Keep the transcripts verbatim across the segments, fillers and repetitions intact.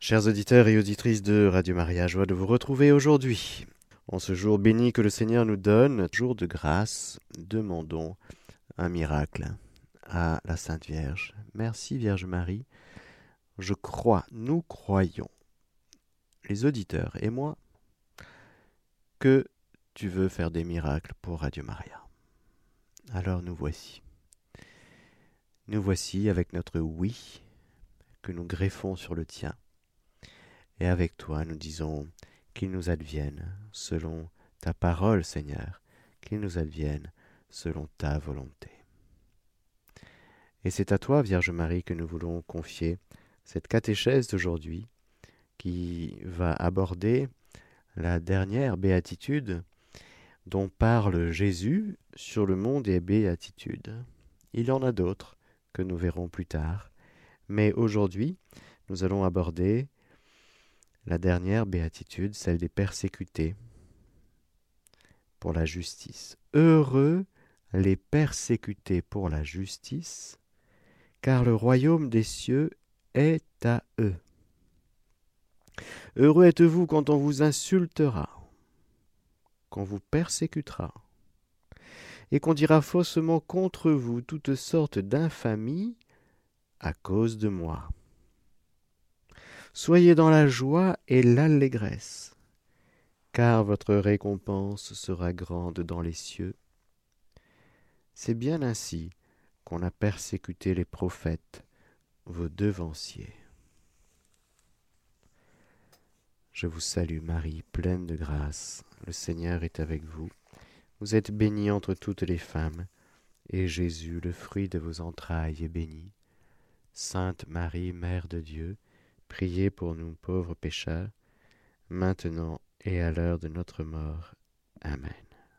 Chers auditeurs et auditrices de Radio Maria, joie de vous retrouver aujourd'hui. En ce jour béni que le Seigneur nous donne, jour de grâce, demandons un miracle à la Sainte Vierge. Merci Vierge Marie, je crois, nous croyons, les auditeurs et moi, que tu veux faire des miracles pour Radio Maria. Alors nous voici. Nous voici avec notre oui que nous greffons sur le tien. Et avec toi, nous disons qu'il nous advienne selon ta parole, Seigneur, qu'il nous advienne selon ta volonté. Et c'est à toi, Vierge Marie, que nous voulons confier cette catéchèse d'aujourd'hui qui va aborder la dernière béatitude dont parle Jésus sur le mont des béatitudes. Il y en a d'autres que nous verrons plus tard, mais aujourd'hui, nous allons aborder la dernière béatitude, celle des persécutés pour la justice. Heureux les persécutés pour la justice, car le royaume des cieux est à eux. Heureux êtes-vous quand on vous insultera, qu'on vous persécutera, et qu'on dira faussement contre vous toutes sortes d'infamies à cause de moi. Soyez dans la joie et l'allégresse, car votre récompense sera grande dans les cieux. C'est bien ainsi qu'on a persécuté les prophètes, vos devanciers. Je vous salue Marie, pleine de grâce, le Seigneur est avec vous. Vous êtes bénie entre toutes les femmes, et Jésus, le fruit de vos entrailles, est béni. Sainte Marie, Mère de Dieu, priez pour nous pauvres pécheurs, maintenant et à l'heure de notre mort. Amen.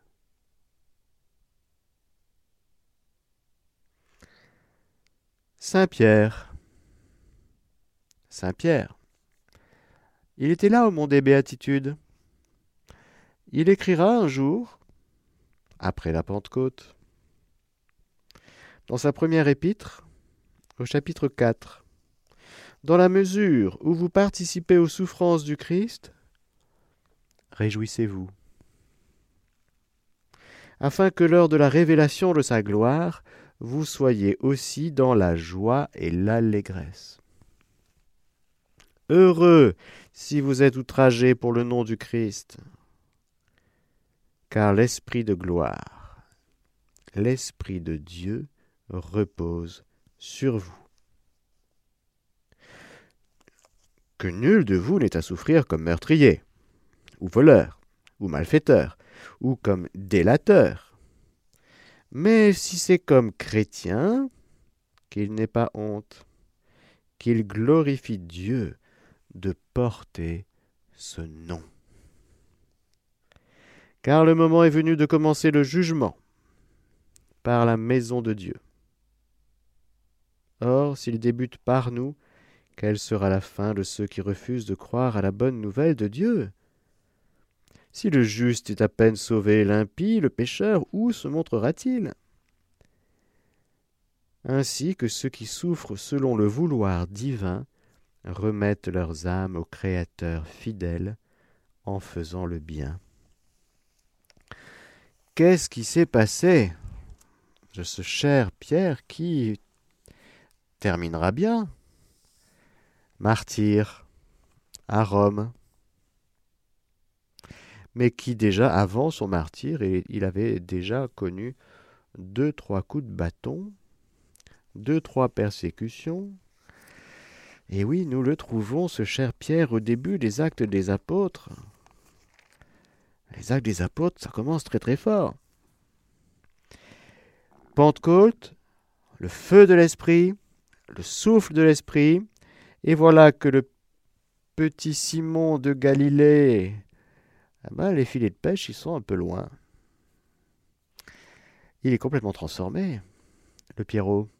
Saint Pierre. Saint Pierre. Il était là au mont des Béatitudes. Il écrira un jour, après la Pentecôte, dans sa première épître, au chapitre quatre, dans la mesure où vous participez aux souffrances du Christ, réjouissez-vous, afin que lors de la révélation de sa gloire, vous soyez aussi dans la joie et l'allégresse. Heureux si vous êtes outragés pour le nom du Christ, car l'Esprit de gloire, l'Esprit de Dieu repose sur vous. Que nul de vous n'ait à souffrir comme meurtrier, ou voleur, ou malfaiteur, ou comme délateur. Mais si c'est comme chrétien, qu'il n'ait pas honte, qu'il glorifie Dieu de porter ce nom. Car le moment est venu de commencer le jugement par la maison de Dieu. Or, s'il débute par nous, quelle sera la fin de ceux qui refusent de croire à la bonne nouvelle de Dieu? Si le juste est à peine sauvé, l'impie, le pécheur, où se montrera-t-il? Ainsi que ceux qui souffrent selon le vouloir divin remettent leurs âmes au Créateur fidèle en faisant le bien. Qu'est-ce qui s'est passé de ce cher Pierre qui terminera bien? Martyr à Rome, mais qui déjà avant son martyre, il avait déjà connu deux, trois coups de bâton, deux, trois persécutions. Et oui, nous le trouvons, ce cher Pierre, au début des Actes des Apôtres. Les Actes des Apôtres, ça commence très très fort. Pentecôte, le feu de l'Esprit, le souffle de l'Esprit, et voilà que le petit Simon de Galilée, ah ben, les filets de pêche, ils sont un peu loin. Il est complètement transformé, le Pierrot.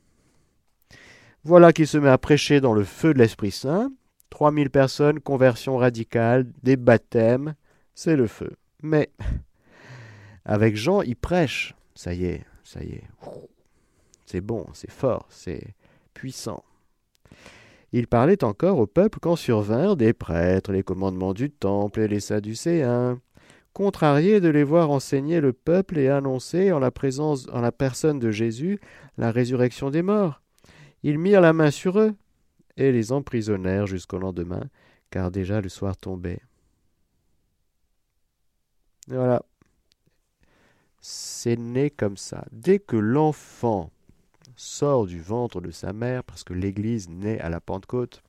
Voilà qu'il se met à prêcher dans le feu de l'Esprit Saint. trois mille personnes, conversion radicale, des baptêmes, c'est le feu. Mais avec Jean, il prêche. Ça y est, ça y est. C'est bon, c'est fort, c'est puissant. Il parlait encore au peuple quand survinrent des prêtres, les commandements du temple et les Sadducéens, contrariés de les voir enseigner le peuple et annoncer en la présence, en la personne de Jésus, la résurrection des morts. Ils mirent la main sur eux et les emprisonnèrent jusqu'au lendemain, car déjà le soir tombait. Voilà. C'est né comme ça. Dès que l'enfant sort du ventre de sa mère, parce que l'Église naît à la Pentecôte,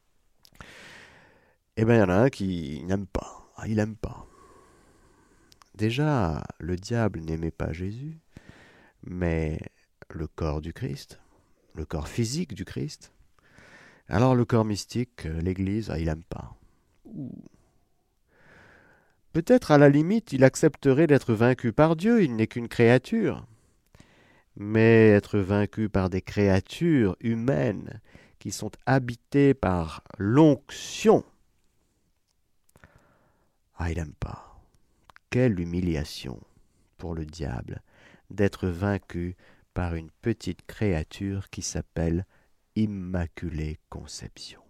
eh bien, il y en a un qui n'aime pas. Ah, il n'aime pas. Déjà, le diable n'aimait pas Jésus, mais le corps du Christ, le corps physique du Christ. Alors le corps mystique, l'Église, ah, il n'aime pas. Ouh. Peut-être à la limite, il accepterait d'être vaincu par Dieu, il n'est qu'une créature. Mais être vaincu par des créatures humaines qui sont habitées par l'onction, ah, il n'aime pas. Quelle humiliation pour le diable d'être vaincu par une petite créature qui s'appelle Immaculée Conception.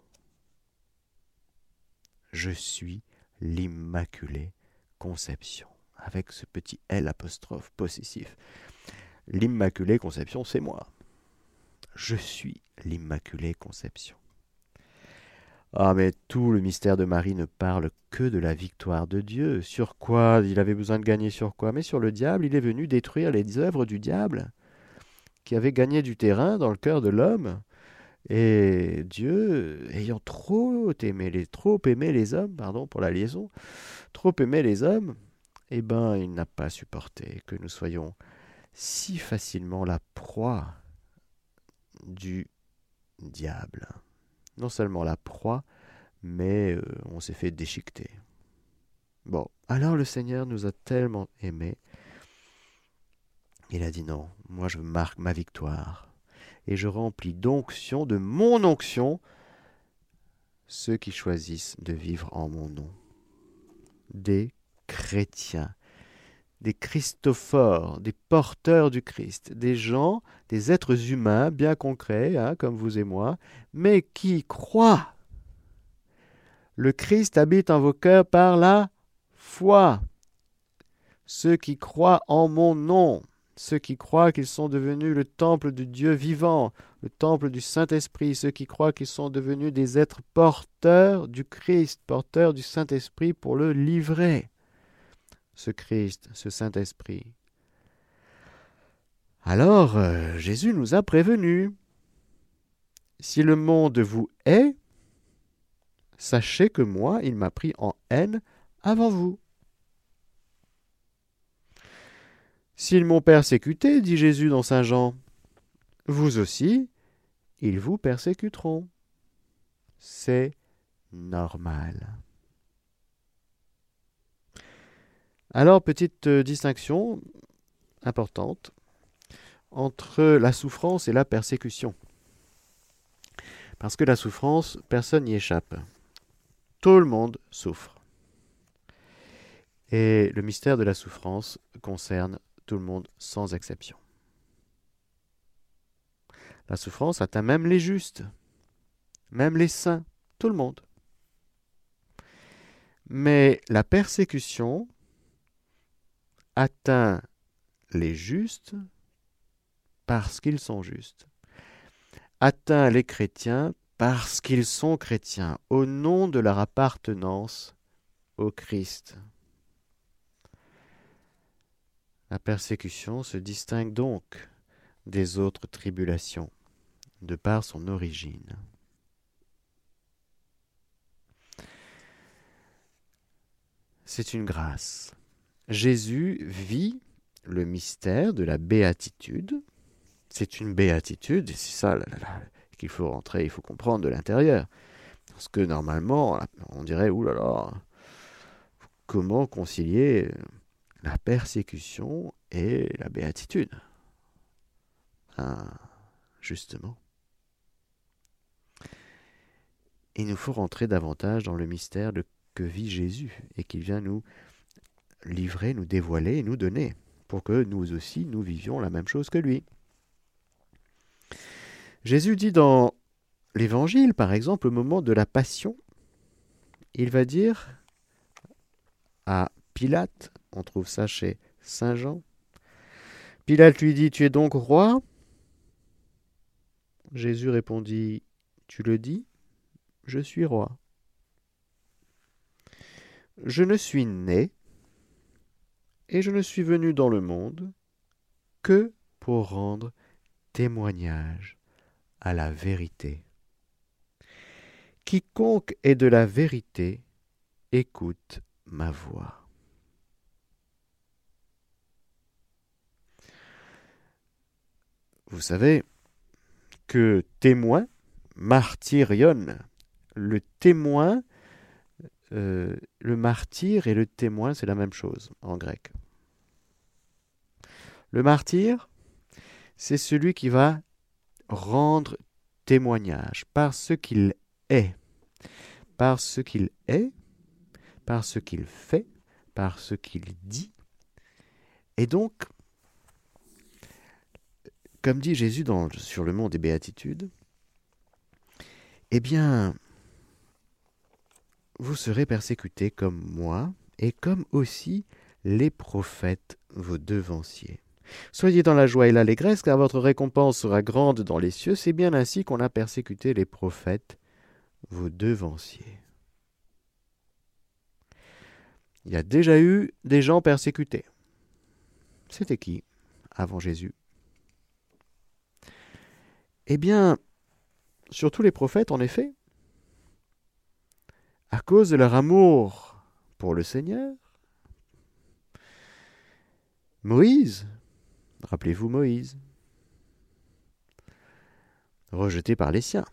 Je suis l'Immaculée Conception, avec ce petit L apostrophe possessif. L'Immaculée Conception, c'est moi. Je suis l'Immaculée Conception. Ah, mais tout le mystère de Marie ne parle que de la victoire de Dieu. Sur quoi il avait besoin de gagner sur quoi? Mais sur le diable, il est venu détruire les œuvres du diable, qui avait gagné du terrain dans le cœur de l'homme. Et Dieu, ayant trop aimé les, trop aimé les hommes, pardon pour la liaison, trop aimé les hommes, eh ben, il n'a pas supporté que nous soyons si facilement la proie du diable. Non seulement la proie, mais euh, on s'est fait déchiqueter. Bon, alors le Seigneur nous a tellement aimés, il a dit non, moi je marque ma victoire, et je remplis d'onction, de mon onction, ceux qui choisissent de vivre en mon nom. Des chrétiens, des Christophores, des porteurs du Christ, des gens, des êtres humains bien concrets, hein, comme vous et moi, mais qui croient. Le Christ habite en vos cœurs par la foi. Ceux qui croient en mon nom, ceux qui croient qu'ils sont devenus le temple du Dieu vivant, le temple du Saint-Esprit, ceux qui croient qu'ils sont devenus des êtres porteurs du Christ, porteurs du Saint-Esprit pour le livrer. Ce Christ, ce Saint-Esprit. Alors, euh, Jésus nous a prévenus. Si le monde vous hait, sachez que moi, il m'a pris en haine avant vous. S'ils m'ont persécuté, dit Jésus dans Saint Jean, vous aussi, ils vous persécuteront. C'est normal. Alors, petite euh, distinction importante entre la souffrance et la persécution. Parce que la souffrance, personne n'y échappe. Tout le monde souffre. Et le mystère de la souffrance concerne tout le monde sans exception. La souffrance atteint même les justes, même les saints, tout le monde. Mais la persécution atteint les justes parce qu'ils sont justes, atteint les chrétiens parce qu'ils sont chrétiens, au nom de leur appartenance au Christ. La persécution se distingue donc des autres tribulations, de par son origine. C'est une grâce. Jésus vit le mystère de la béatitude. C'est une béatitude, et c'est ça là, là, là, qu'il faut rentrer, il faut comprendre de l'intérieur. Parce que normalement, on dirait, oulala, comment concilier la persécution et la béatitude? Ah, justement. Il nous faut rentrer davantage dans le mystère de que vit Jésus et qu'il vient nous livrer, nous dévoiler et nous donner pour que nous aussi nous vivions la même chose que lui. Jésus dit dans l'Évangile, par exemple, au moment de la Passion, il va dire à Pilate, on trouve ça chez Saint Jean, Pilate lui dit, « Tu es donc roi ?» Jésus répondit, « Tu le dis, je suis roi. Je ne suis né et je ne suis venu dans le monde que pour rendre témoignage à la vérité. Quiconque est de la vérité écoute ma voix. » Vous savez que témoin, martyrion, le témoin, euh, le martyr et le témoin, c'est la même chose en grec. Le martyr, c'est celui qui va rendre témoignage par ce qu'il est, par ce qu'il est, par ce qu'il fait, par ce qu'il dit. Et donc, comme dit Jésus dans, sur le mont des Béatitudes, eh bien, vous serez persécutés comme moi et comme aussi les prophètes vos devanciers. Soyez dans la joie et l'allégresse, car votre récompense sera grande dans les cieux. C'est bien ainsi qu'on a persécuté les prophètes vos devanciers. Il y a déjà eu des gens persécutés. C'était qui avant Jésus? Eh bien, surtout les prophètes, en effet, à cause de leur amour pour le Seigneur. Moïse, rappelez-vous Moïse, rejeté par les siens,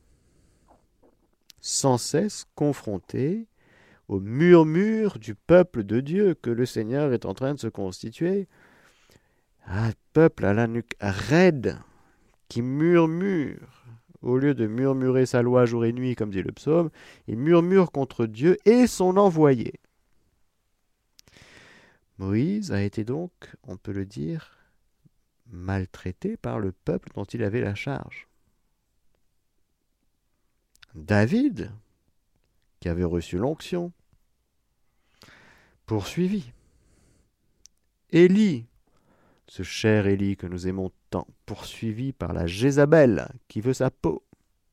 sans cesse confronté au murmure du peuple de Dieu que le Seigneur est en train de se constituer. Un peuple à la nuque raide qui murmure. Au lieu de murmurer sa loi jour et nuit, comme dit le psaume, il murmure contre Dieu et son envoyé. Moïse a été donc, on peut le dire, maltraité par le peuple dont il avait la charge. David, qui avait reçu l'onction, poursuivi. Élie, ce cher Élie que nous aimons tant, poursuivi par la Jézabel qui veut sa peau.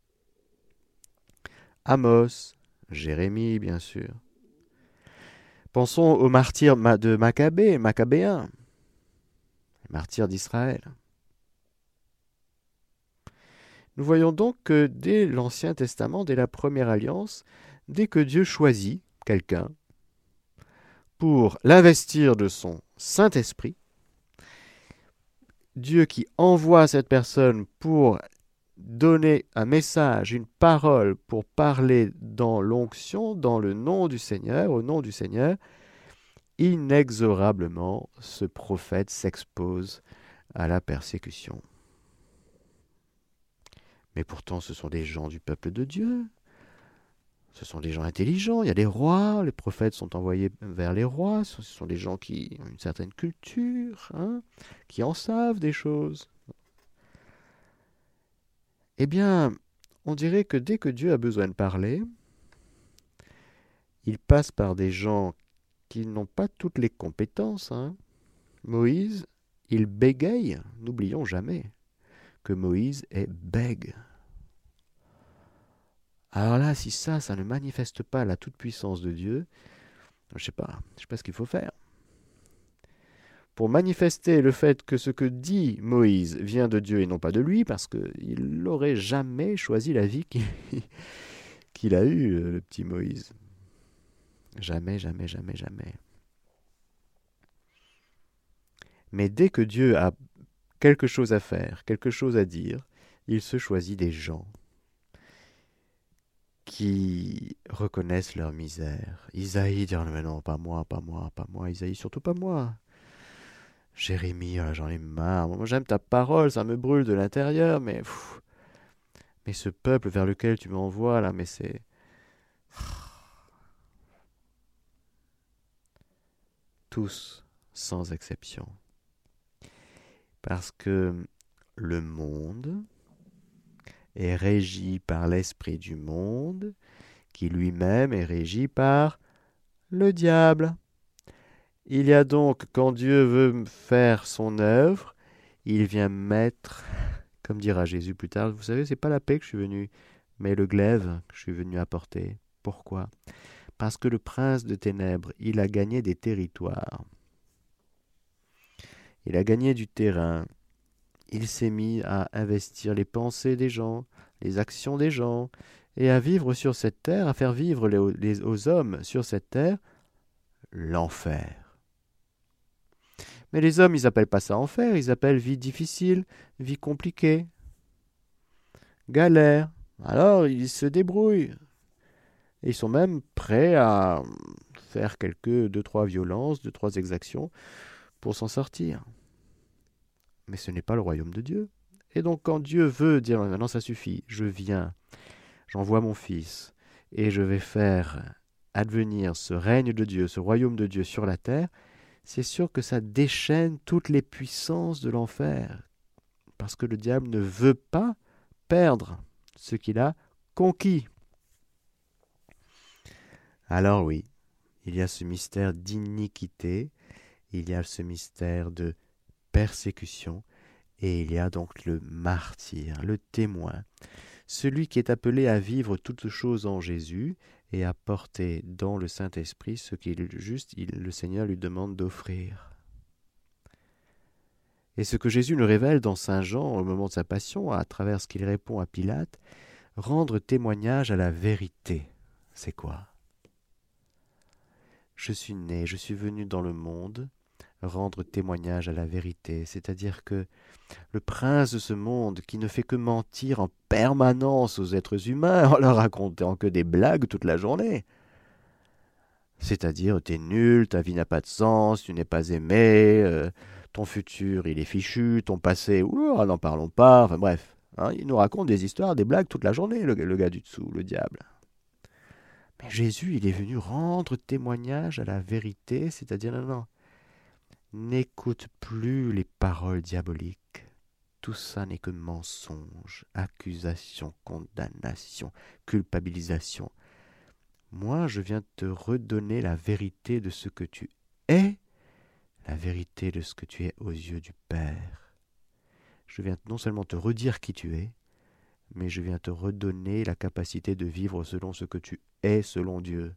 Amos, Jérémie, bien sûr. Pensons aux martyrs de Maccabée, Maccabéens, les martyrs d'Israël. Nous voyons donc que dès l'Ancien Testament, dès la première alliance, dès que Dieu choisit quelqu'un pour l'investir de son Saint-Esprit, Dieu qui envoie cette personne pour donner un message, une parole, pour parler dans l'onction, dans le nom du Seigneur, au nom du Seigneur, inexorablement, ce prophète s'expose à la persécution. Mais pourtant, ce sont des gens du peuple de Dieu. Ce sont des gens intelligents. Il y a des rois. Les prophètes sont envoyés vers les rois. Ce sont des gens qui ont une certaine culture, hein, qui en savent des choses. Eh bien, on dirait que dès que Dieu a besoin de parler, il passe par des gens qui n'ont pas toutes les compétences. Hein. Moïse, il bégaye. N'oublions jamais que Moïse est bègue. Alors là, si ça, ça ne manifeste pas la toute-puissance de Dieu, je ne sais pas, je sais pas ce qu'il faut faire. Pour manifester le fait que ce que dit Moïse vient de Dieu et non pas de lui, parce qu'il n'aurait jamais choisi la vie qu'il, qu'il a eue, le petit Moïse. Jamais, jamais, jamais, jamais. Mais dès que Dieu a quelque chose à faire, quelque chose à dire, il se choisit des gens qui reconnaissent leur misère. Isaïe dit, mais non, pas moi, pas moi, pas moi. Isaïe, surtout pas moi. Jérémie, oh, j'en ai marre. Moi, j'aime ta parole, ça me brûle de l'intérieur, mais... Pff, mais ce peuple vers lequel tu m'envoies, là, mais c'est... Tous, sans exception. Parce que le monde est régi par l'esprit du monde, qui lui-même est régi par le diable. Il y a donc, quand Dieu veut faire son œuvre, il vient mettre, comme dira Jésus plus tard, vous savez, c'est pas la paix que je suis venu, mais le glaive que je suis venu apporter. Pourquoi? Parce que le prince de ténèbres, il a gagné des territoires. Il a gagné du terrain. Il s'est mis à investir les pensées des gens, les actions des gens, et à vivre sur cette terre, à faire vivre les, les, aux hommes sur cette terre l'enfer. Mais les hommes, ils n'appellent pas ça enfer, ils appellent vie difficile, vie compliquée, galère. Alors, ils se débrouillent. Et ils sont même prêts à faire quelques deux, trois violences, deux, trois exactions pour s'en sortir. Mais ce n'est pas le royaume de Dieu. Et donc, quand Dieu veut dire, maintenant ça suffit, je viens, j'envoie mon Fils, et je vais faire advenir ce règne de Dieu, ce royaume de Dieu sur la terre, c'est sûr que ça déchaîne toutes les puissances de l'enfer. Parce que le diable ne veut pas perdre ce qu'il a conquis. Alors oui, il y a ce mystère d'iniquité, il y a ce mystère de persécution, et il y a donc le martyr, le témoin, celui qui est appelé à vivre toutes choses en Jésus et à porter dans le Saint-Esprit ce qu'il juste il, le Seigneur lui demande d'offrir. Et ce que Jésus nous révèle dans Saint Jean au moment de sa passion, à travers ce qu'il répond à Pilate, rendre témoignage à la vérité, c'est quoi? Je suis né, je suis venu dans le monde rendre témoignage à la vérité, c'est-à-dire que le prince de ce monde qui ne fait que mentir en permanence aux êtres humains en leur racontant que des blagues toute la journée. C'est-à-dire, t'es nul, ta vie n'a pas de sens, tu n'es pas aimé, euh, ton futur il est fichu, ton passé, ouh, n'en parlons pas, enfin bref. Hein, il nous raconte des histoires, des blagues toute la journée, le, le gars du dessous, le diable. Mais Jésus, il est venu rendre témoignage à la vérité, c'est-à-dire, non, non, n'écoute plus les paroles diaboliques. Tout ça n'est que mensonge, accusation, condamnation, culpabilisation. Moi, je viens te redonner la vérité de ce que tu es, la vérité de ce que tu es aux yeux du Père. Je viens non seulement te redire qui tu es, mais je viens te redonner la capacité de vivre selon ce que tu es selon Dieu.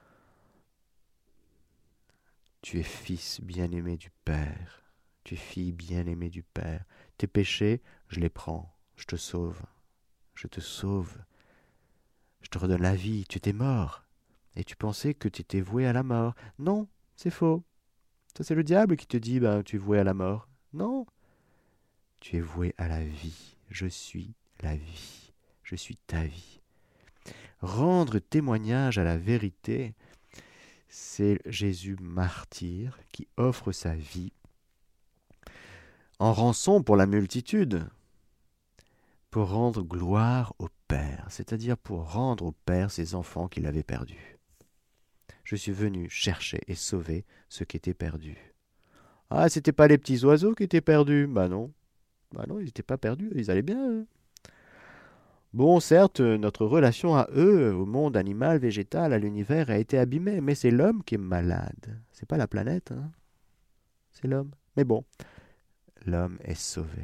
Tu es fils bien-aimé du Père. Tu es fille bien-aimée du Père. Tes péchés, je les prends. Je te sauve. Je te sauve. Je te redonne la vie. Tu étais mort. Et tu pensais que tu étais voué à la mort. Non, c'est faux. Ça, c'est le diable qui te dit, ben, tu es voué à la mort. Non. Tu es voué à la vie. Je suis la vie. Je suis ta vie. Rendre témoignage à la vérité, c'est Jésus martyr qui offre sa vie en rançon pour la multitude, pour rendre gloire au Père, c'est-à-dire pour rendre au Père ses enfants qu'il avait perdus. Je suis venu chercher et sauver ceux qui étaient perdus. Ah, c'était pas les petits oiseaux qui étaient perdus? Bah non. Bah non, ils n'étaient pas perdus, ils allaient bien, eux. Bon, certes, notre relation à eux, au monde animal, végétal, à l'univers, a été abîmée, mais c'est l'homme qui est malade. C'est pas la planète, hein. C'est l'homme. Mais bon, l'homme est sauvé.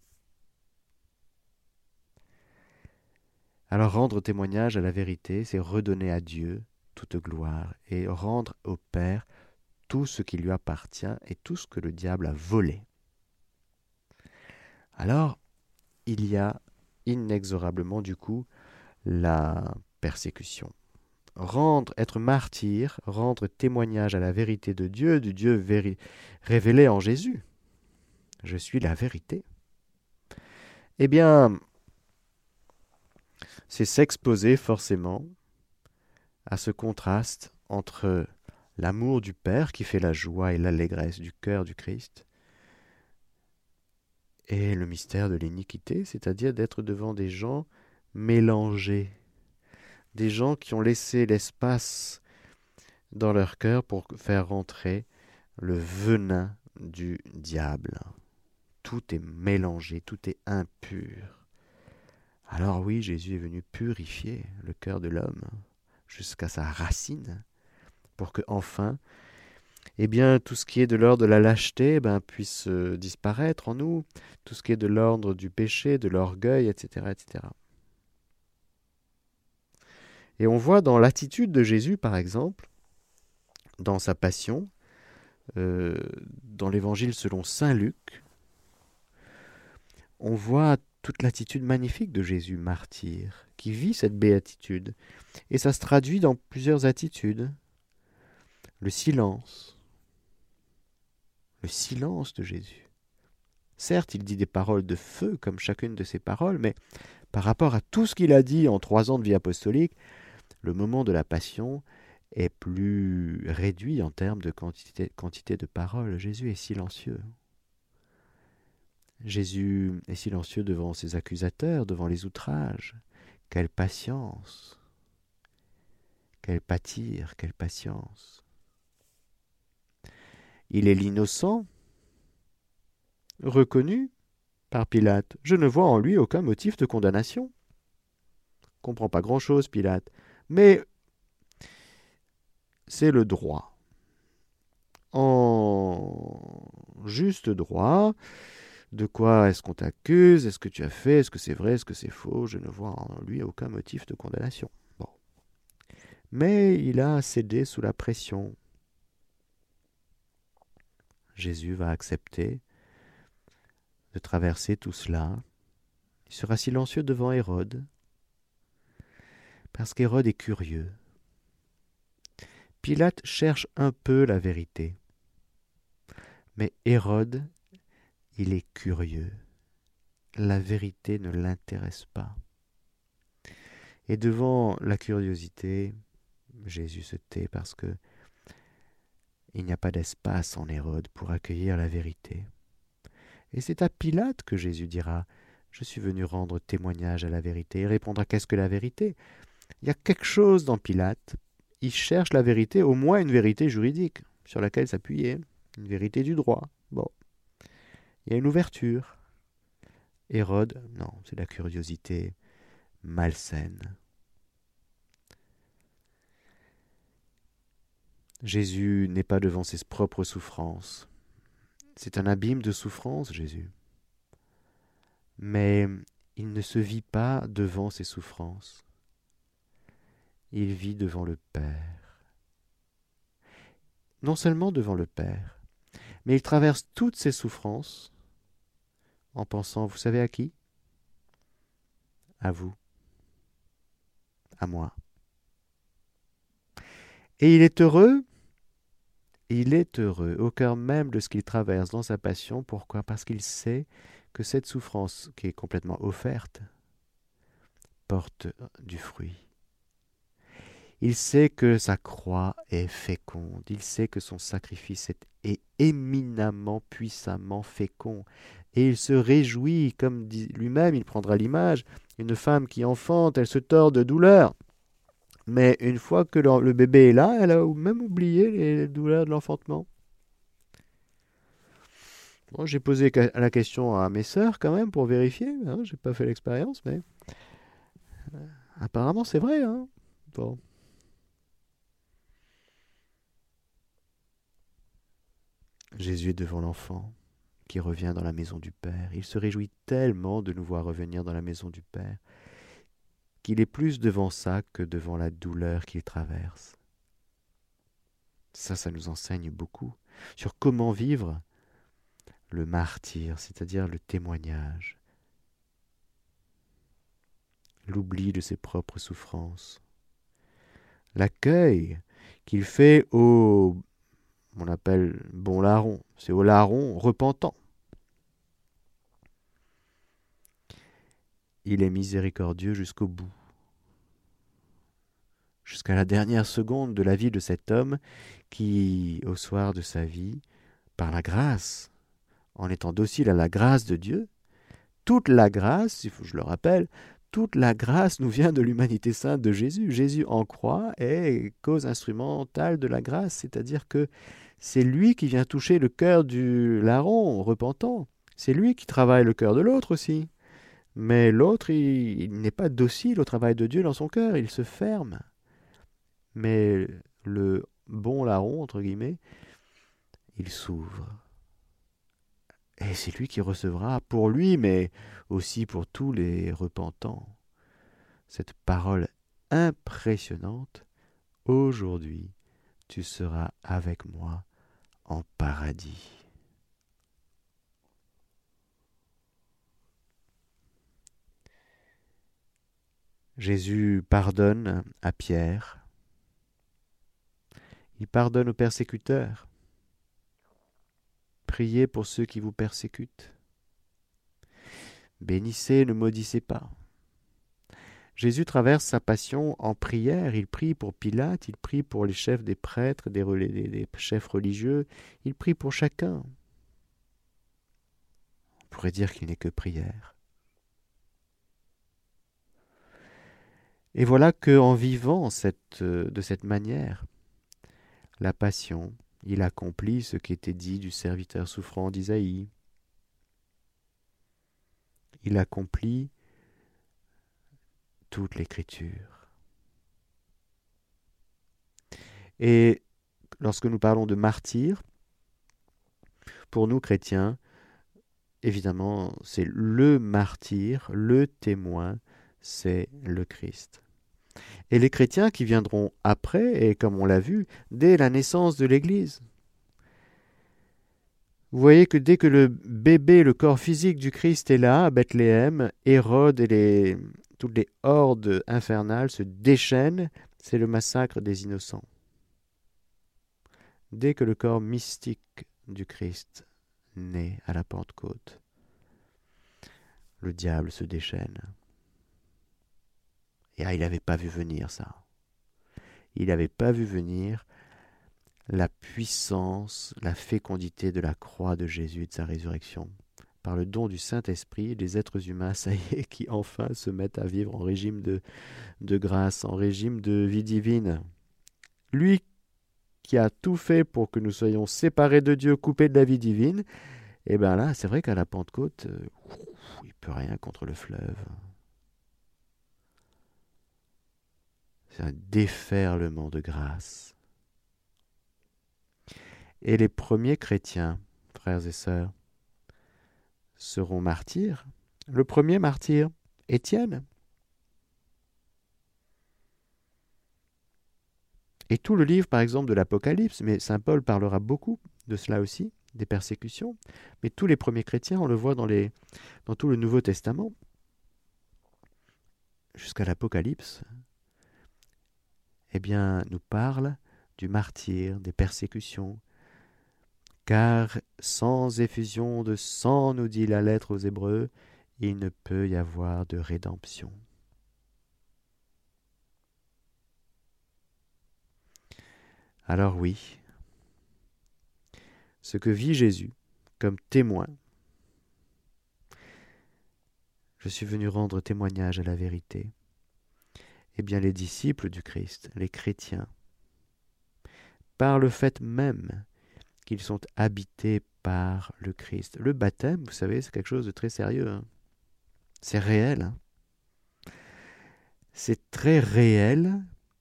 Alors rendre témoignage à la vérité, c'est redonner à Dieu toute gloire et rendre au Père tout ce qui lui appartient et tout ce que le diable a volé. Alors, il y a inexorablement du coup la persécution. Rendre, être martyr, rendre témoignage à la vérité de Dieu, du Dieu véri- révélé en Jésus. Je suis la vérité. Eh bien, c'est s'exposer forcément à ce contraste entre l'amour du Père qui fait la joie et l'allégresse du cœur du Christ et le mystère de l'iniquité, c'est-à-dire d'être devant des gens mélangés, des gens qui ont laissé l'espace dans leur cœur pour faire rentrer le venin du diable. Tout est mélangé, tout est impur. Alors oui, Jésus est venu purifier le cœur de l'homme jusqu'à sa racine, pour que enfin, eh bien, tout ce qui est de l'ordre de la lâcheté ben, puisse euh, disparaître en nous, tout ce qui est de l'ordre du péché, de l'orgueil, et cetera, et cetera. Et on voit dans l'attitude de Jésus, par exemple, dans sa passion, euh, dans l'évangile selon saint Luc, on voit toute l'attitude magnifique de Jésus, martyr, qui vit cette béatitude. Et ça se traduit dans plusieurs attitudes. Le silence. Le silence de Jésus. Certes, il dit des paroles de feu, comme chacune de ses paroles, mais par rapport à tout ce qu'il a dit en trois ans de vie apostolique, le moment de la passion est plus réduit en termes de quantité, quantité de paroles. Jésus est silencieux. Jésus est silencieux devant ses accusateurs, devant les outrages. Quelle patience! Quel pâtir, quelle patience! Il est l'innocent, reconnu par Pilate. Je ne vois en lui aucun motif de condamnation. Comprend pas grand-chose, Pilate. Mais c'est le droit. En juste droit, de quoi est-ce qu'on t'accuse? Est-ce que tu as fait? Est-ce que c'est vrai? Est-ce que c'est faux? Je ne vois en lui aucun motif de condamnation. Bon. Mais il a cédé sous la pression. Jésus va accepter de traverser tout cela. Il sera silencieux devant Hérode, parce qu'Hérode est curieux. Pilate cherche un peu la vérité, mais Hérode, il est curieux. La vérité ne l'intéresse pas. Et devant la curiosité, Jésus se tait parce que il n'y a pas d'espace en Hérode pour accueillir la vérité. Et c'est à Pilate que Jésus dira « Je suis venu rendre témoignage à la vérité ». Il répondra « Qu'est-ce que la vérité ?» Il y a quelque chose dans Pilate. Il cherche la vérité, au moins une vérité juridique sur laquelle s'appuyer, une vérité du droit. Bon, il y a une ouverture. Hérode, non, c'est la curiosité malsaine. Jésus n'est pas devant ses propres souffrances. C'est un abîme de souffrance, Jésus. Mais il ne se vit pas devant ses souffrances. Il vit devant le Père. Non seulement devant le Père, mais il traverse toutes ses souffrances en pensant, vous savez à qui? À vous, à moi. Et il est heureux, il est heureux au cœur même de ce qu'il traverse dans sa passion. Pourquoi? Parce qu'il sait que cette souffrance qui est complètement offerte porte du fruit. Il sait que sa croix est féconde, il sait que son sacrifice est, est éminemment, puissamment fécond. Et il se réjouit, comme dit lui-même, il prendra l'image, une femme qui enfante, elle se tord de douleur. Mais une fois que le, le bébé est là, elle a même oublié les douleurs de l'enfantement. Bon, j'ai posé la question à mes sœurs quand même pour vérifier, hein, j'ai pas fait l'expérience, mais euh, apparemment c'est vrai. Hein. Bon. Jésus est devant l'enfant qui revient dans la maison du Père. Il se réjouit tellement de nous voir revenir dans la maison du Père qu'il est plus devant ça que devant la douleur qu'il traverse. Ça, ça nous enseigne beaucoup sur comment vivre le martyre, c'est-à-dire le témoignage, l'oubli de ses propres souffrances, l'accueil qu'il fait au, on appelle bon larron, c'est au larron repentant. Il est miséricordieux jusqu'au bout, jusqu'à la dernière seconde de la vie de cet homme qui, au soir de sa vie, par la grâce, en étant docile à la grâce de Dieu, toute la grâce, il faut que je le rappelle, toute la grâce nous vient de l'humanité sainte de Jésus. Jésus en croix est cause instrumentale de la grâce, c'est-à-dire que c'est lui qui vient toucher le cœur du larron repentant. C'est lui qui travaille le cœur de l'autre aussi. Mais l'autre, il, il n'est pas docile au travail de Dieu dans son cœur, il se ferme. Mais le bon larron, entre guillemets, il s'ouvre. Et c'est lui qui recevra pour lui, mais aussi pour tous les repentants, cette parole impressionnante. Aujourd'hui, tu seras avec moi en paradis. Jésus pardonne à Pierre. Il pardonne aux persécuteurs. Priez pour ceux qui vous persécutent. Bénissez, ne maudissez pas. Jésus traverse sa passion en prière. Il prie pour Pilate, il prie pour les chefs des prêtres, des, relais, des, des chefs religieux. Il prie pour chacun. On pourrait dire qu'il n'est que prière. Et voilà qu'en vivant cette, de cette manière, la passion, il accomplit ce qui était dit du serviteur souffrant d'Isaïe. Il accomplit toute l'Écriture. Et lorsque nous parlons de martyr, pour nous chrétiens, évidemment, c'est le martyr, le témoin, c'est le Christ. Et les chrétiens qui viendront après, et comme on l'a vu, dès la naissance de l'Église. Vous voyez que dès que le bébé, le corps physique du Christ est là, à Bethléem, Hérode et les, toutes les hordes infernales se déchaînent, c'est le massacre des innocents. Dès que le corps mystique du Christ naît à la Pentecôte, le diable se déchaîne. Et ah, il n'avait pas vu venir ça. Il n'avait pas vu venir la puissance, la fécondité de la croix de Jésus et de sa résurrection. Par le don du Saint-Esprit, des êtres humains, ça y est, qui enfin se mettent à vivre en régime de, de grâce, en régime de vie divine. Lui qui a tout fait pour que nous soyons séparés de Dieu, coupés de la vie divine, et bien là, c'est vrai qu'à la Pentecôte, euh, il ne peut rien contre le fleuve. C'est un déferlement de grâce. Et les premiers chrétiens, frères et sœurs, seront martyrs. Le premier martyr, Étienne. Et tout le livre, par exemple, de l'Apocalypse, mais saint Paul parlera beaucoup de cela aussi, des persécutions, mais tous les premiers chrétiens, on le voit dans, les, dans tout le Nouveau Testament, jusqu'à l'Apocalypse, eh bien, nous parle du martyr, des persécutions, car sans effusion de sang, nous dit la lettre aux Hébreux, il ne peut y avoir de rédemption. Alors oui, ce que vit Jésus comme témoin, je suis venu rendre témoignage à la vérité, eh bien les disciples du Christ, les chrétiens, par le fait même qu'ils sont habités par le Christ. Le baptême, vous savez, c'est quelque chose de très sérieux. Hein. C'est réel. Hein. C'est très réel.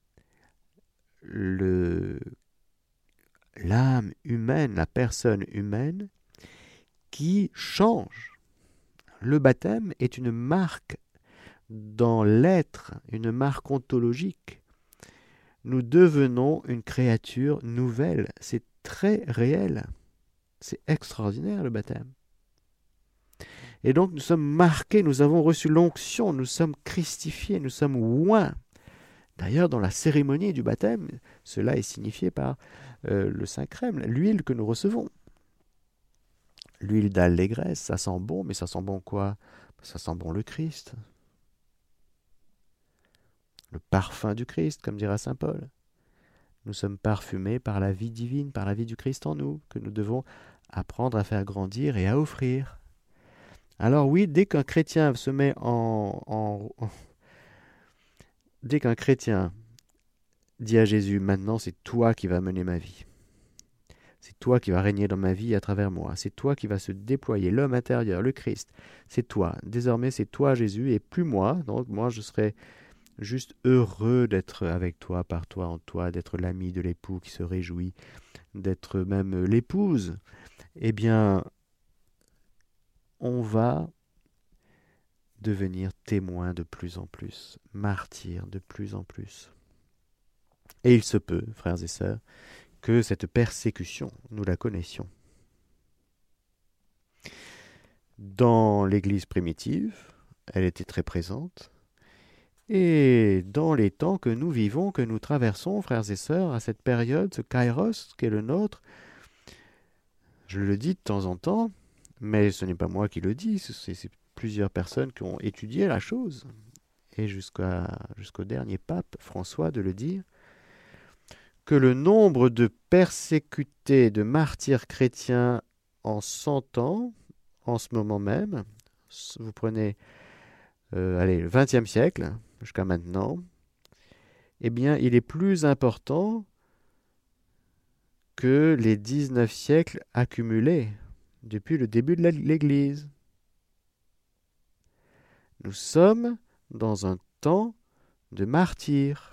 Le, l'âme humaine, la personne humaine, qui change. Le baptême est une marque dans l'être, une marque ontologique. Nous devenons une créature nouvelle. C'est très réel. C'est extraordinaire le baptême. Et donc nous sommes marqués, nous avons reçu l'onction, nous sommes christifiés, nous sommes oints. D'ailleurs, dans la cérémonie du baptême, cela est signifié par euh, le Saint-Crème, l'huile que nous recevons. L'huile d'allégresse, ça sent bon, mais ça sent bon quoi? Ça sent bon le Christ. Le parfum du Christ, comme dira saint Paul. Nous sommes parfumés par la vie divine, par la vie du Christ en nous, que nous devons apprendre à faire grandir et à offrir. Alors oui, dès qu'un chrétien se met en... en, en dès qu'un chrétien dit à Jésus, maintenant c'est toi qui vas mener ma vie. C'est toi qui vas régner dans ma vie à travers moi. C'est toi qui vas se déployer, l'homme intérieur, le Christ. C'est toi. Désormais, c'est toi, Jésus, et plus moi. Donc, moi, je serai juste heureux d'être avec toi, par toi, en toi, d'être l'ami de l'époux qui se réjouit, d'être même l'épouse. Eh bien, on va devenir témoin de plus en plus, martyr de plus en plus. Et il se peut, frères et sœurs, que cette persécution, nous la connaissions. Dans l'Église primitive, elle était très présente, et dans les temps que nous vivons, que nous traversons, frères et sœurs, à cette période, ce kairos qui est le nôtre, je le dis de temps en temps, mais ce n'est pas moi qui le dis, c'est, c'est plusieurs personnes qui ont étudié la chose, et jusqu'à, jusqu'au dernier pape, François, de le dire, que le nombre de persécutés, de martyrs chrétiens en cent ans, en ce moment même, vous prenez euh, allez, le vingtième siècle jusqu'à maintenant, eh bien, il est plus important que les dix-neuf siècles accumulés depuis le début de l'Église. Nous sommes dans un temps de martyrs.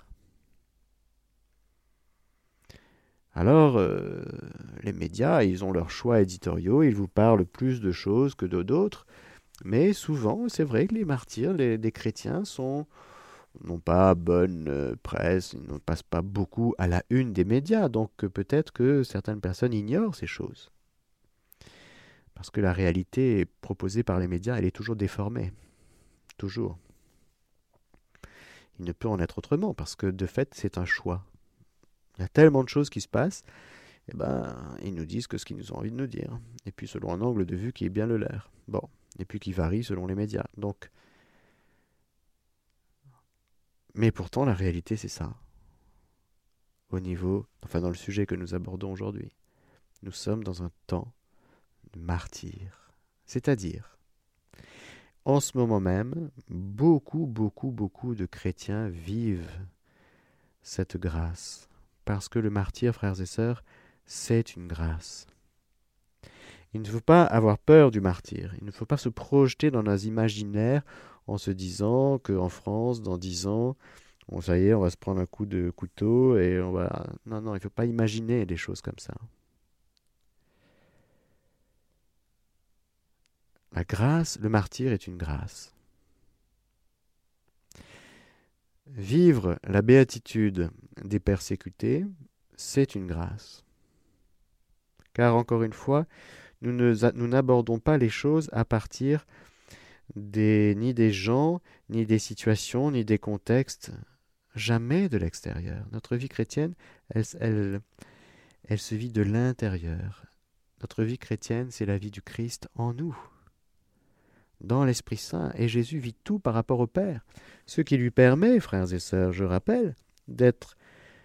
Alors, euh, les médias, ils ont leurs choix éditoriaux, ils vous parlent plus de choses que de d'autres, mais souvent, c'est vrai que les martyrs, les, des chrétiens, sont n'ont pas bonne euh, presse, ils ne passent pas beaucoup à la une des médias, donc euh, peut-être que certaines personnes ignorent ces choses. Parce que la réalité proposée par les médias, elle est toujours déformée. Toujours. Il ne peut en être autrement, parce que de fait, c'est un choix. Il y a tellement de choses qui se passent, eh ben, ils nous disent que ce qu'ils nous ont envie de nous dire. Et puis selon un angle de vue qui est bien le leur. Bon, et puis qui varie selon les médias. Donc, mais pourtant, la réalité, c'est ça. Au niveau, enfin dans le sujet que nous abordons aujourd'hui, nous sommes dans un temps de martyrs. C'est-à-dire, en ce moment même, beaucoup, beaucoup, beaucoup de chrétiens vivent cette grâce. Parce que le martyr, frères et sœurs, c'est une grâce. Il ne faut pas avoir peur du martyr. Il ne faut pas se projeter dans nos imaginaires en se disant qu'en France, dans dix ans, bon, ça y est, on va se prendre un coup de couteau et on va... Non, non, il ne faut pas imaginer des choses comme ça. La grâce, le martyr est une grâce. Vivre la béatitude des persécutés, c'est une grâce. Car encore une fois, nous, ne, nous n'abordons pas les choses à partir des, ni des gens, ni des situations, ni des contextes, jamais de l'extérieur. Notre vie chrétienne, elle, elle, elle se vit de l'intérieur. Notre vie chrétienne, c'est la vie du Christ en nous, dans l'Esprit Saint. Et Jésus vit tout par rapport au Père. Ce qui lui permet, frères et sœurs, je rappelle, d'être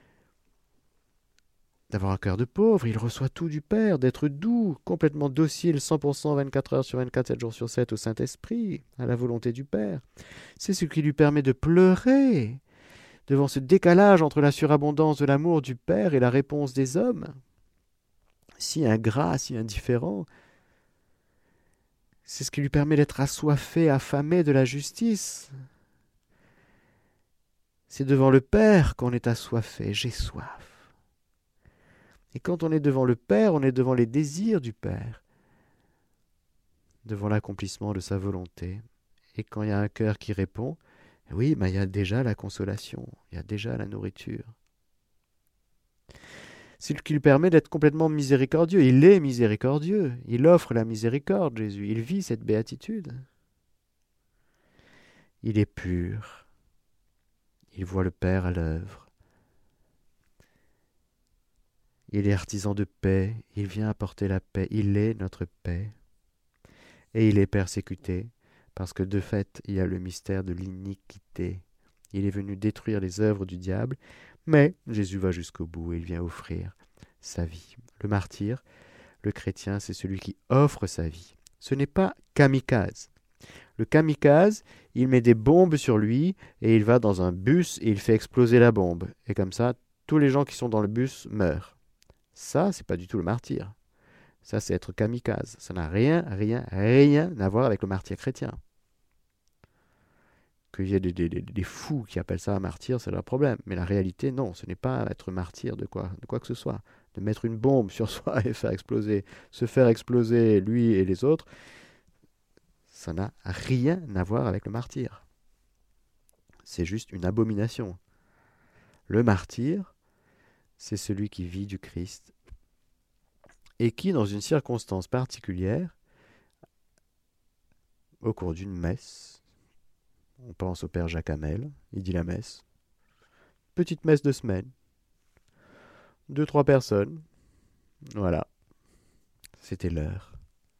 d'avoir un cœur de pauvre, il reçoit tout du Père, d'être doux, complètement docile, cent pour cent, vingt-quatre heures sur vingt-quatre, sept jours sur sept au Saint-Esprit, à la volonté du Père. C'est ce qui lui permet de pleurer devant ce décalage entre la surabondance de l'amour du Père et la réponse des hommes. Si ingrat, si indifférent, c'est ce qui lui permet d'être assoiffé, affamé de la justice. C'est devant le Père qu'on est assoiffé, j'ai soif. Et quand on est devant le Père, on est devant les désirs du Père, devant l'accomplissement de sa volonté. Et quand il y a un cœur qui répond, oui, ben, il y a déjà la consolation, il y a déjà la nourriture. C'est ce qui lui permet d'être complètement miséricordieux. Il est miséricordieux, il offre la miséricorde, Jésus, il vit cette béatitude. Il est pur, il voit le Père à l'œuvre. Il est artisan de paix, il vient apporter la paix, il est notre paix. Et il est persécuté, parce que de fait, il y a le mystère de l'iniquité. Il est venu détruire les œuvres du diable, mais Jésus va jusqu'au bout et il vient offrir sa vie. Le martyr, le chrétien, c'est celui qui offre sa vie. Ce n'est pas kamikaze. Le kamikaze, il met des bombes sur lui et il va dans un bus et il fait exploser la bombe. Et comme ça, tous les gens qui sont dans le bus meurent. Ça, c'est pas du tout le martyr. Ça, c'est être kamikaze. Ça n'a rien, rien, rien à voir avec le martyr chrétien. Qu'il y ait des, des, des, des fous qui appellent ça un martyr, c'est leur problème. Mais la réalité, non, ce n'est pas être martyr de quoi, de quoi que ce soit. De mettre une bombe sur soi et faire exploser, se faire exploser lui et les autres, ça n'a rien à voir avec le martyr. C'est juste une abomination. Le martyr, c'est celui qui vit du Christ et qui, dans une circonstance particulière, au cours d'une messe, on pense au père Jacques Hamel, il dit la messe, petite messe de semaine, deux, trois personnes, voilà, c'était l'heure.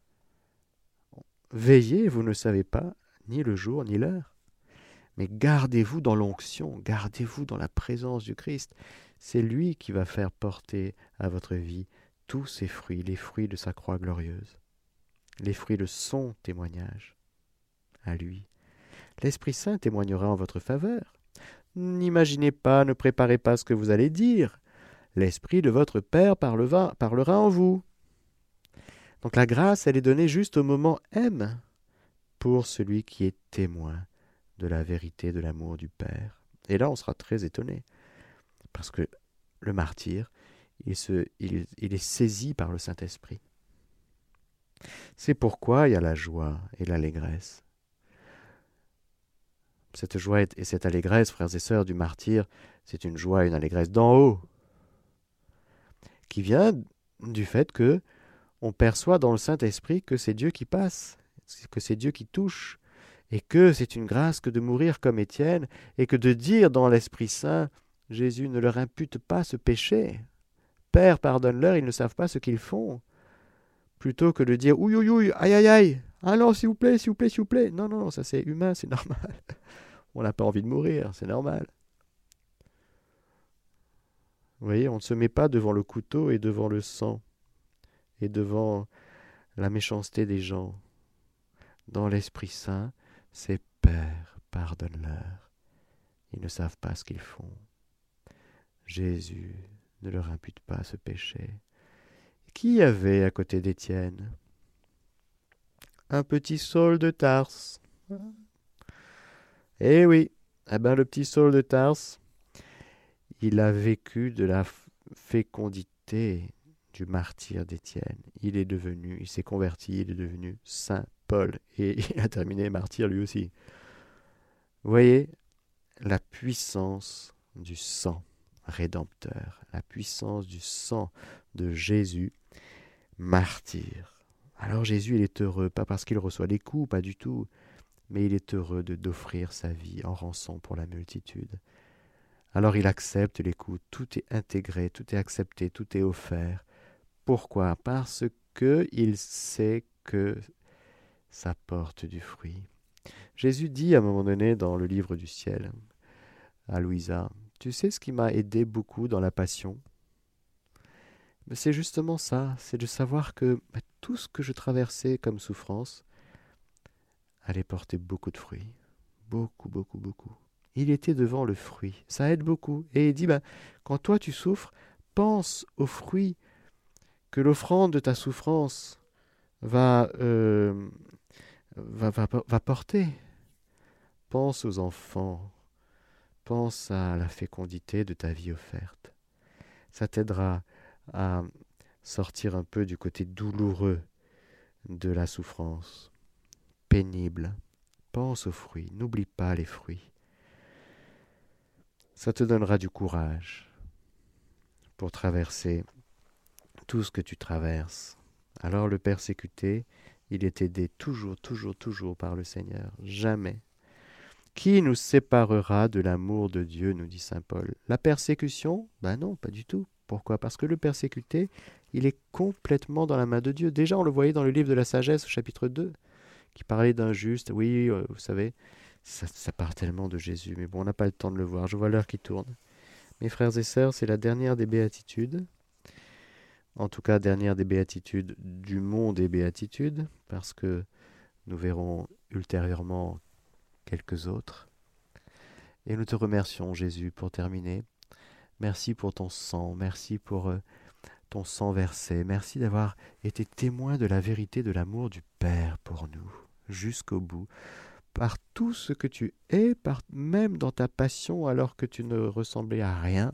Veillez, vous ne savez pas ni le jour ni l'heure. Mais gardez-vous dans l'onction, gardez-vous dans la présence du Christ. C'est lui qui va faire porter à votre vie tous ses fruits, les fruits de sa croix glorieuse, les fruits de son témoignage à lui. L'Esprit Saint témoignera en votre faveur. N'imaginez pas, ne préparez pas ce que vous allez dire. L'Esprit de votre Père parlera, parlera en vous. Donc la grâce, elle est donnée juste au moment M pour celui qui est témoin de la vérité de l'amour du Père. Et là, on sera très étonné, parce que le martyr, il, se, il, il est saisi par le Saint-Esprit. C'est pourquoi il y a la joie et l'allégresse. Cette joie et cette allégresse, frères et sœurs du martyr, c'est une joie et une allégresse d'en haut, qui vient du fait que on perçoit dans le Saint-Esprit que c'est Dieu qui passe, que c'est Dieu qui touche, et que c'est une grâce que de mourir comme Étienne, et que de dire dans l'Esprit Saint, Jésus ne leur impute pas ce péché. Père, pardonne-leur, ils ne savent pas ce qu'ils font. Plutôt que de dire, ouïe, ouïe, ouïe, aïe, aïe, aïe, ah non, s'il vous plaît, s'il vous plaît, s'il vous plaît. Non, non, ça c'est humain, c'est normal. On n'a pas envie de mourir, c'est normal. Vous voyez, on ne se met pas devant le couteau et devant le sang, et devant la méchanceté des gens. Dans l'Esprit Saint, c'est Père, pardonne-leur. Ils ne savent pas ce qu'ils font. Jésus ne leur impute pas ce péché. Qui y avait à côté d'Étienne? Un petit Saul de Tarse. Eh oui, eh ben le petit Saul de Tarse, il a vécu de la fécondité du martyr d'Étienne. Il est devenu, il s'est converti, il est devenu Saint Paul, et il a terminé martyr lui aussi. Vous voyez, la puissance du sang rédempteur, la puissance du sang de Jésus, martyr. Alors Jésus, il est heureux, pas parce qu'il reçoit des coups, pas du tout, mais il est heureux de d'offrir sa vie en rançon pour la multitude. Alors il accepte les coups, tout est intégré, tout est accepté, tout est offert. Pourquoi? Parce que il sait que ça porte du fruit. Jésus dit à un moment donné dans le livre du ciel à Louisa, tu sais ce qui m'a aidé beaucoup dans la passion? Mais c'est justement ça, c'est de savoir que bah, tout ce que je traversais comme souffrance allait porter beaucoup de fruits. Beaucoup, beaucoup, beaucoup. Il était devant le fruit. Ça aide beaucoup. Et il dit, bah, quand toi tu souffres, pense aux fruits que l'offrande de ta souffrance va, euh, va, va, va porter. Pense aux enfants. Pense à la fécondité de ta vie offerte. Ça t'aidera à sortir un peu du côté douloureux de la souffrance, pénible. Pense aux fruits, n'oublie pas les fruits. Ça te donnera du courage pour traverser tout ce que tu traverses. Alors le persécuté, il est aidé toujours, toujours, toujours par le Seigneur, jamais. Qui nous séparera de l'amour de Dieu, nous dit saint Paul? La persécution? Ben non, pas du tout. Pourquoi? Parce que le persécuté, il est complètement dans la main de Dieu. Déjà, on le voyait dans le livre de la sagesse, au chapitre deux, qui parlait d'un juste. Oui, euh, vous savez, ça, ça part tellement de Jésus, mais bon, on n'a pas le temps de le voir. Je vois l'heure qui tourne. Mes frères et sœurs, c'est la dernière des béatitudes. En tout cas, dernière des béatitudes du monde des béatitudes, parce que nous verrons ultérieurement quelques autres. Et nous te remercions, Jésus, pour terminer. Merci pour ton sang, merci pour euh, ton sang versé. Merci d'avoir été témoin de la vérité de l'amour du Père pour nous, jusqu'au bout, par tout ce que tu es, par, même dans ta passion alors que tu ne ressemblais à rien,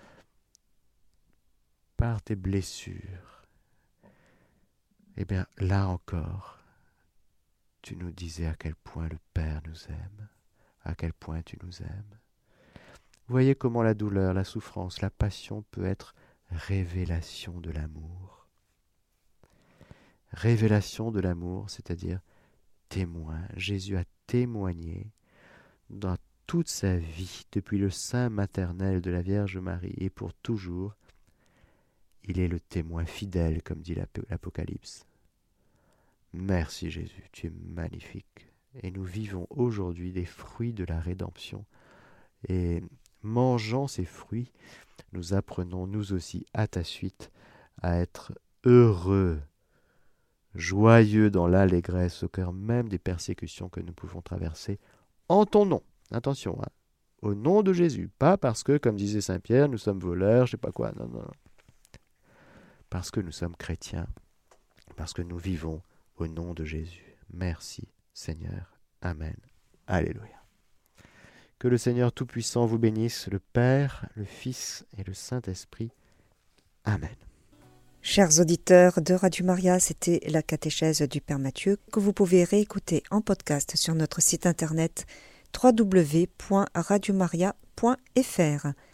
par tes blessures. Eh bien, là encore, tu nous disais à quel point le Père nous aime, à quel point tu nous aimes. Voyez comment la douleur, la souffrance, la passion peut être révélation de l'amour. Révélation de l'amour, c'est-à-dire témoin. Jésus a témoigné dans toute sa vie, depuis le sein maternel de la Vierge Marie, et pour toujours, il est le témoin fidèle, comme dit l'Apocalypse. Merci Jésus, tu es magnifique. Et nous vivons aujourd'hui des fruits de la rédemption. Et mangeant ces fruits, nous apprenons nous aussi à ta suite à être heureux, joyeux dans l'allégresse au cœur même des persécutions que nous pouvons traverser en ton nom. Attention, hein, au nom de Jésus, pas parce que, comme disait Saint Pierre, nous sommes voleurs, je sais pas quoi, non, non, non. Parce que nous sommes chrétiens, parce que nous vivons au nom de Jésus. Merci Seigneur. Amen. Alléluia. Que le Seigneur Tout-Puissant vous bénisse, le Père, le Fils et le Saint-Esprit. Amen. Chers auditeurs de Radio Maria, c'était la catéchèse du Père Mathieu que vous pouvez réécouter en podcast sur notre site internet w w w point radio maria point f r.